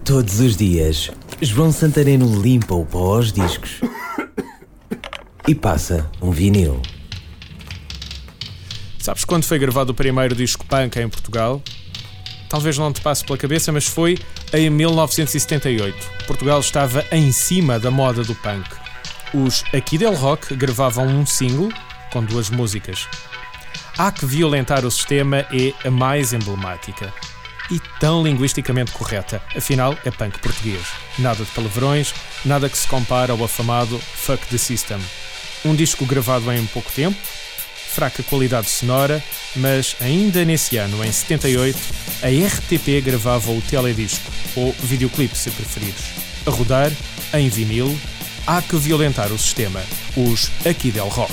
Todos os dias, João Santareno limpa o pó aos discos e passa um vinil. Sabes quando foi gravado o primeiro disco punk em Portugal? Talvez não te passe pela cabeça, mas foi em 1978. Portugal estava em cima da moda do punk. Os Aqui Del Rock gravavam um single com 2 músicas. Há que Violentar o Sistema é a mais emblemática e tão linguisticamente correta. Afinal, é punk português. Nada de palavrões, nada que se compara ao afamado Fuck the System. Um disco gravado em pouco tempo, fraca qualidade sonora, mas ainda nesse ano, em 78, a RTP gravava o teledisco, ou videoclipe se preferires. A rodar, em vinil, Há que Violentar o Sistema. Os Aqui Del Rock.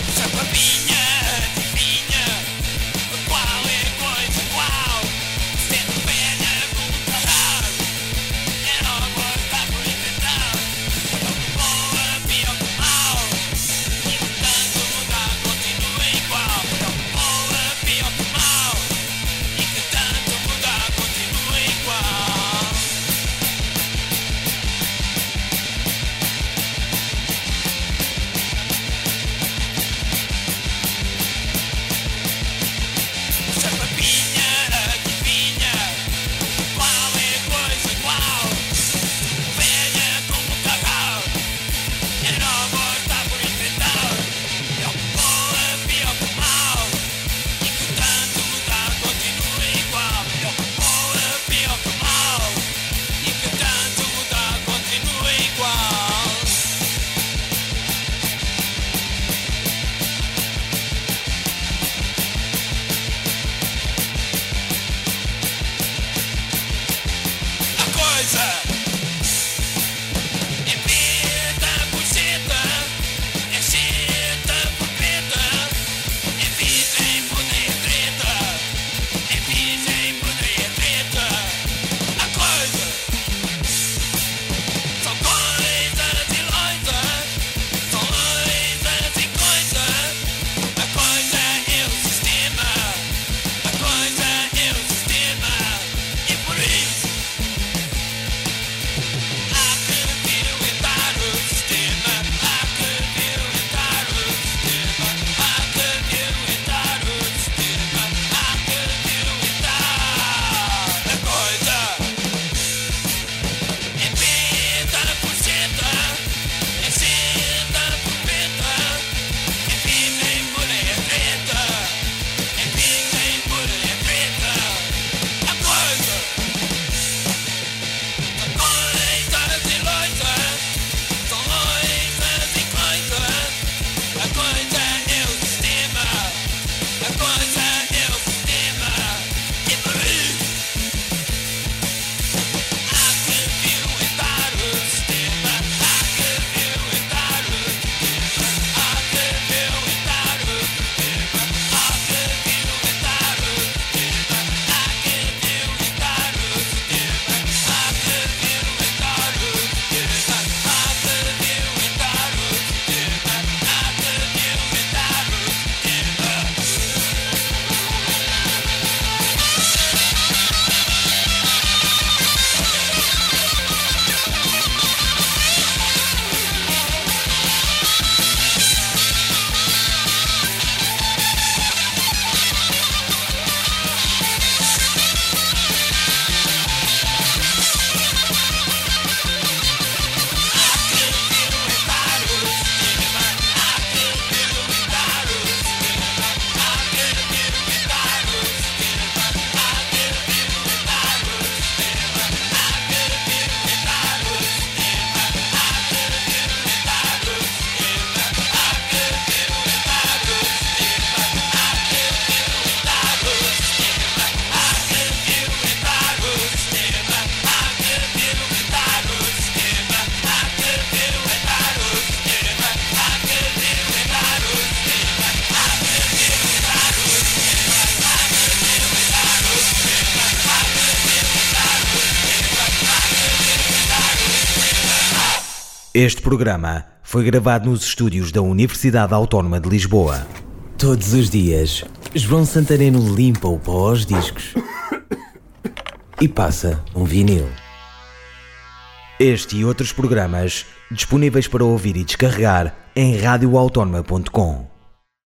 Este programa foi gravado nos estúdios da Universidade Autónoma de Lisboa. Todos os dias, João Santareno limpa o pó aos discos e passa um vinil. Este e outros programas disponíveis para ouvir e descarregar em radioautónoma.com.